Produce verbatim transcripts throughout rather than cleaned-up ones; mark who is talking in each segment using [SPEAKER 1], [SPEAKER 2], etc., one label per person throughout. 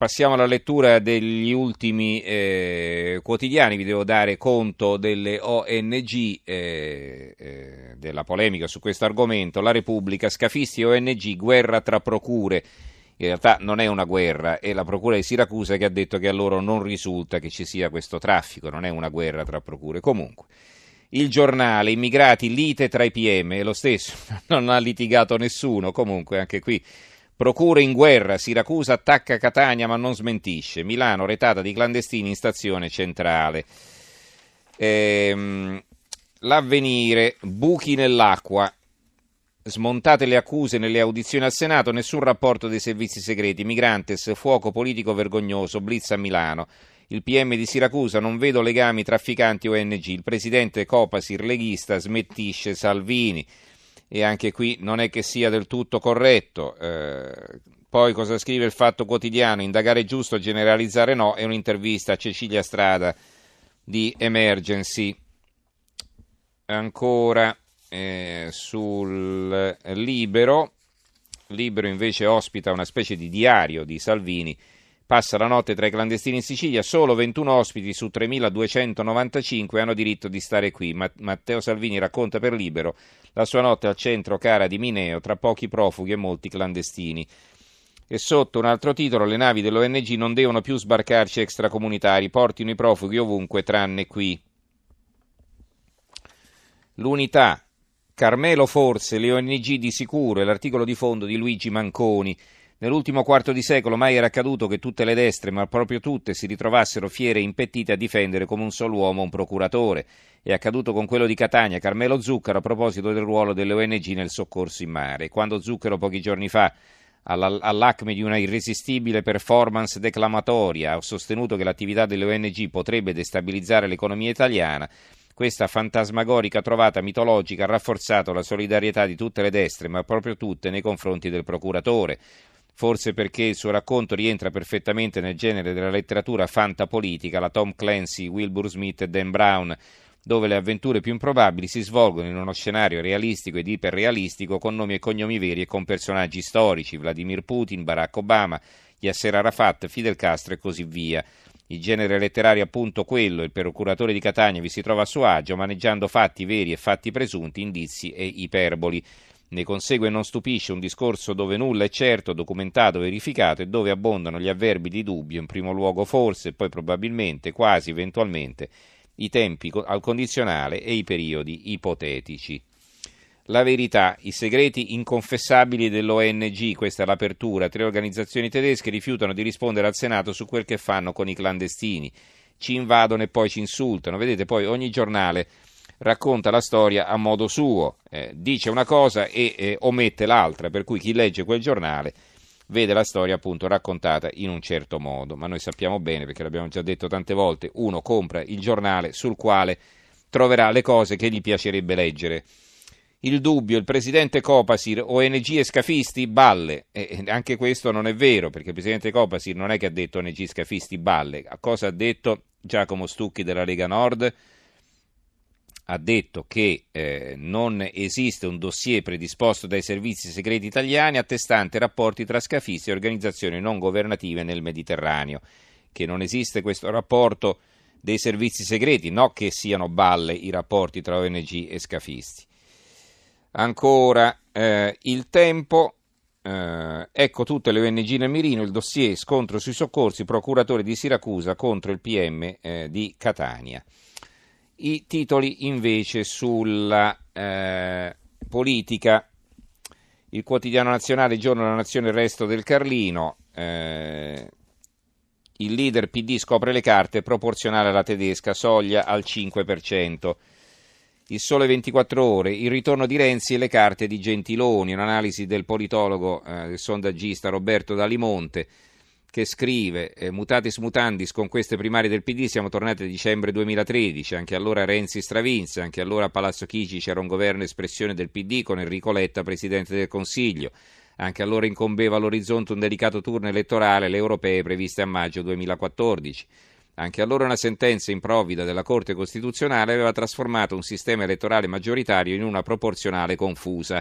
[SPEAKER 1] Passiamo alla lettura degli ultimi eh, quotidiani. Vi devo dare conto delle O N G, eh, eh, della polemica su questo argomento. La Repubblica, scafisti e O N G, guerra tra procure. In realtà non è una guerra, è la procura di Siracusa che ha detto che a loro non risulta che ci sia questo traffico, non è una guerra tra procure. Comunque, Il Giornale, immigrati, lite tra i P M, è lo stesso, non ha litigato nessuno. Comunque anche qui procure in guerra, Siracusa attacca Catania ma non smentisce, Milano retata di clandestini in stazione centrale. Ehm, L'Avvenire, buchi nell'acqua, smontate le accuse nelle audizioni al Senato, nessun rapporto dei servizi segreti, Migrantes, fuoco politico vergognoso, blitz a Milano. Il P M di Siracusa, non vedo legami trafficanti O N G, il presidente Copasir leghista smettisce Salvini. E anche qui non è che sia del tutto corretto. Eh, poi cosa scrive il Fatto Quotidiano? Indagare giusto, generalizzare no, è un'intervista a Cecilia Strada di Emergency. Ancora eh, sul Libero, Libero invece ospita una specie di diario di Salvini. Passa la notte tra i clandestini in Sicilia, solo ventuno ospiti su tremiladuecentonovantacinque hanno diritto di stare qui. Matteo Salvini racconta per Libero la sua notte al centro Cara di Mineo, tra pochi profughi e molti clandestini. E sotto un altro titolo, le navi dell'O N G non devono più sbarcarci extracomunitari, portino i profughi ovunque tranne qui. L'Unità, Carmelo forse, le O N G di sicuro, è l'articolo di fondo di Luigi Manconi. Nell'ultimo quarto di secolo mai era accaduto che tutte le destre, ma proprio tutte, si ritrovassero fiere e impettite a difendere come un solo uomo un procuratore. È accaduto con quello di Catania, Carmelo Zuccaro, a proposito del ruolo delle O N G nel soccorso in mare. Quando Zuccaro pochi giorni fa, all'acme di una irresistibile performance declamatoria, ha sostenuto che l'attività delle O N G potrebbe destabilizzare l'economia italiana, questa fantasmagorica trovata mitologica ha rafforzato la solidarietà di tutte le destre, ma proprio tutte nei confronti del procuratore. Forse perché il suo racconto rientra perfettamente nel genere della letteratura fantapolitica, la Tom Clancy, Wilbur Smith e Dan Brown, dove le avventure più improbabili si svolgono in uno scenario realistico ed iperrealistico con nomi e cognomi veri e con personaggi storici, Vladimir Putin, Barack Obama, Yasser Arafat, Fidel Castro e così via. Il genere letterario è appunto quello, il procuratore di Catania vi si trova a suo agio, maneggiando fatti veri e fatti presunti, indizi e iperboli. Ne consegue e non stupisce un discorso dove nulla è certo, documentato, verificato e dove abbondano gli avverbi di dubbio, in primo luogo forse, poi probabilmente, quasi, eventualmente, i tempi al condizionale e i periodi ipotetici. La Verità, i segreti inconfessabili dell'O N G, questa è l'apertura, tre organizzazioni tedesche rifiutano di rispondere al Senato su quel che fanno con i clandestini, ci invadono e poi ci insultano, vedete poi ogni giornale racconta la storia a modo suo, eh, dice una cosa e eh, omette l'altra, per cui chi legge quel giornale vede la storia appunto raccontata in un certo modo, ma noi sappiamo bene, perché l'abbiamo già detto tante volte, uno compra il giornale sul quale troverà le cose che gli piacerebbe leggere. Il Dubbio, il presidente Copasir, O N G e scafisti, balle, e anche questo non è vero, perché il presidente Copasir non è che ha detto O N G scafisti, balle, a cosa ha detto Giacomo Stucchi della Lega Nord? Ha detto che eh, non esiste un dossier predisposto dai servizi segreti italiani attestante rapporti tra scafisti e organizzazioni non governative nel Mediterraneo, che non esiste questo rapporto dei servizi segreti, no che siano balle i rapporti tra O N G e scafisti. Ancora eh, Il Tempo, eh, ecco tutte le O N G nel mirino, il dossier scontro sui soccorsi, procuratore di Siracusa contro il P M eh, di Catania. I titoli invece sulla eh, politica, il Quotidiano Nazionale, Giorno della Nazione, il Resto del Carlino, eh, il leader P D scopre le carte, proporzionale alla tedesca, soglia al cinque per cento. Il Sole ventiquattro Ore, il ritorno di Renzi e le carte di Gentiloni, un'analisi del politologo, eh, del sondaggista Roberto Dalimonte, che scrive, eh, mutatis mutandis, con queste primarie del P D siamo tornati a dicembre duemilatredici, anche allora Renzi stravinse, anche allora a Palazzo Chigi c'era un governo espressione del P D con Enrico Letta presidente del Consiglio, anche allora incombeva all'orizzonte un delicato turno elettorale, le europee previste a maggio duemilaquattordici. Anche allora una sentenza improvvida della Corte Costituzionale aveva trasformato un sistema elettorale maggioritario in una proporzionale confusa.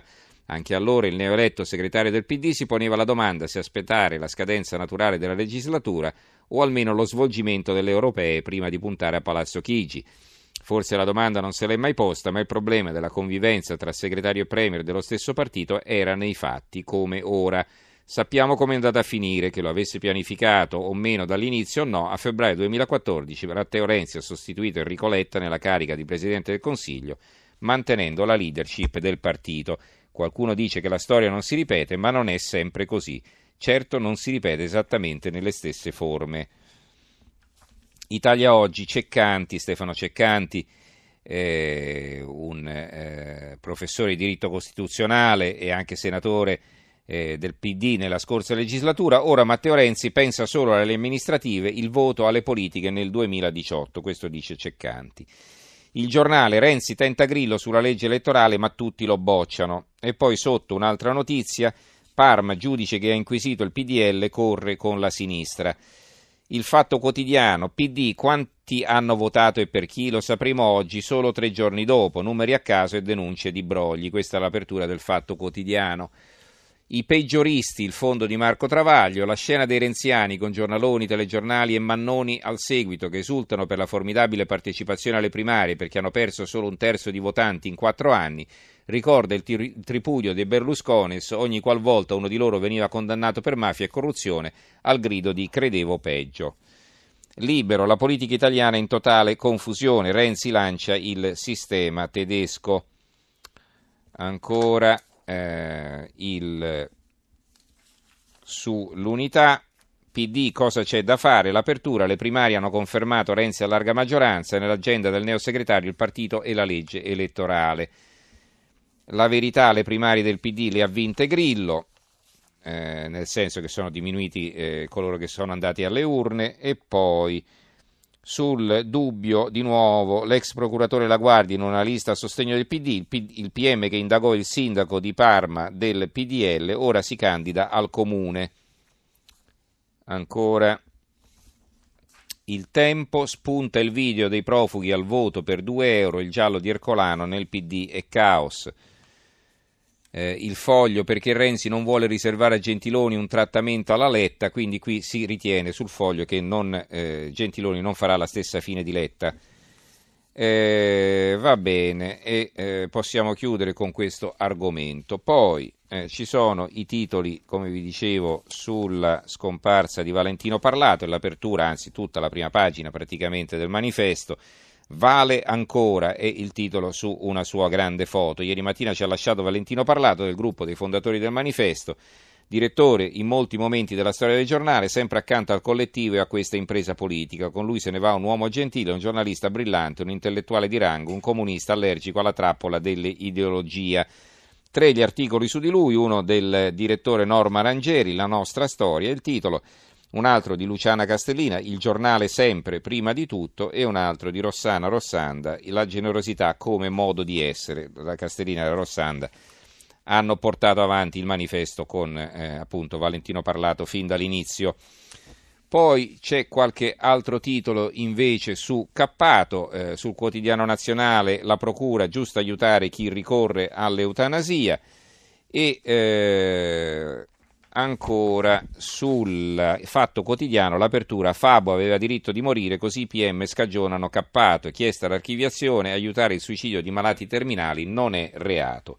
[SPEAKER 1] Anche allora il neoeletto segretario del P D si poneva la domanda se aspettare la scadenza naturale della legislatura o almeno lo svolgimento delle europee prima di puntare a Palazzo Chigi. Forse la domanda non se l'è mai posta, ma il problema della convivenza tra segretario e premier dello stesso partito era nei fatti come ora. Sappiamo come è andata a finire, che lo avesse pianificato o meno dall'inizio o no, a febbraio duemilaquattordici Matteo Renzi ha sostituito Enrico Letta nella carica di Presidente del Consiglio, mantenendo la leadership del partito. Qualcuno dice che la storia non si ripete, ma non è sempre così. Certo non si ripete esattamente nelle stesse forme. Italia Oggi, Ceccanti, Stefano Ceccanti, eh, un eh, professore di diritto costituzionale e anche senatore eh, del P D nella scorsa legislatura. Ora Matteo Renzi pensa solo alle amministrative, il voto alle politiche nel duemiladiciotto, questo dice Ceccanti. Il Giornale, Renzi tenta Grillo sulla legge elettorale ma tutti lo bocciano. E poi sotto un'altra notizia, Parma, giudice che ha inquisito il P D L, corre con la sinistra. Il Fatto Quotidiano, P D, quanti hanno votato e per chi? Lo sapremo oggi, solo tre giorni dopo, numeri a caso e denunce di brogli. Questa è l'apertura del Fatto Quotidiano. I peggioristi, il fondo di Marco Travaglio, la scena dei renziani con giornaloni, telegiornali e Mannoni al seguito che esultano per la formidabile partecipazione alle primarie perché hanno perso solo un terzo di votanti in quattro anni, ricorda il tri- tripudio dei Berlusconis ogni qualvolta uno di loro veniva condannato per mafia e corruzione al grido di credevo peggio. Libero, la politica italiana in totale confusione, Renzi lancia il sistema tedesco. Ancora eh, il sull'unità, P D cosa c'è da fare, l'apertura, le primarie hanno confermato Renzi a larga maggioranza, nell'agenda del neosegretario il partito e la legge elettorale. La Verità, le primarie del P D le ha vinte Grillo, eh, nel senso che sono diminuiti eh, coloro che sono andati alle urne. E poi sul Dubbio, di nuovo, l'ex procuratore La Guardia in una lista a sostegno del P D, il, P- il P M che indagò il sindaco di Parma del P D L, ora si candida al comune. Ancora Il Tempo, spunta il video dei profughi al voto per due euro, il giallo di Ercolano nel P D è caos. Eh, il Foglio, perché Renzi non vuole riservare a Gentiloni un trattamento alla Letta, quindi qui si ritiene sul Foglio che non, eh, Gentiloni non farà la stessa fine di Letta. Eh, va bene, e eh, possiamo chiudere con questo argomento. Poi eh, ci sono i titoli, come vi dicevo, sulla scomparsa di Valentino Parlato e l'apertura, anzi tutta la prima pagina praticamente del manifesto. Vale ancora è il titolo su una sua grande foto. Ieri mattina ci ha lasciato Valentino Parlato del gruppo dei fondatori del manifesto, direttore in molti momenti della storia del giornale, sempre accanto al collettivo e a questa impresa politica. Con lui se ne va un uomo gentile, un giornalista brillante, un intellettuale di rango, un comunista allergico alla trappola dell'ideologia. Tre gli articoli su di lui, uno del direttore Norma Rangeri, La nostra storia, il titolo, un altro di Luciana Castellina, Il giornale sempre prima di tutto, e un altro di Rossana Rossanda, La generosità come modo di essere. La Castellina e la Rossanda hanno portato avanti il manifesto con eh, appunto Valentino Parlato fin dall'inizio. Poi c'è qualche altro titolo invece su Cappato, eh, sul Quotidiano Nazionale, la procura, giusto aiutare chi ricorre all'eutanasia, e eh, ancora sul Fatto Quotidiano, l'apertura, Fabo aveva diritto di morire, così i P M scagionano Cappato, chiesta l'archiviazione, aiutare il suicidio di malati terminali non è reato.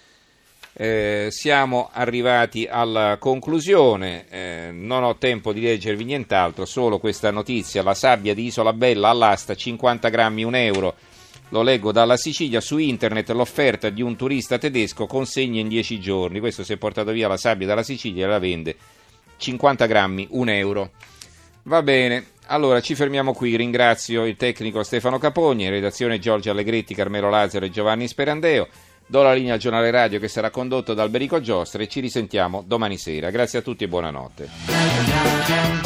[SPEAKER 1] Eh, siamo arrivati alla conclusione, eh, non ho tempo di leggervi nient'altro, solo questa notizia, la sabbia di Isola Bella all'asta, cinquanta grammi un euro, lo leggo dalla Sicilia, su internet l'offerta di un turista tedesco, consegna in dieci giorni, questo si è portato via la sabbia dalla Sicilia e la vende, cinquanta grammi un euro. Va bene, allora ci fermiamo qui, ringrazio il tecnico Stefano Capogni, in redazione Giorgio Allegretti, Carmelo Lazzaro e Giovanni Sperandeo. Do la linea al giornale radio che sarà condotto da Alberico Giostra e ci risentiamo domani sera. Grazie a tutti e buonanotte.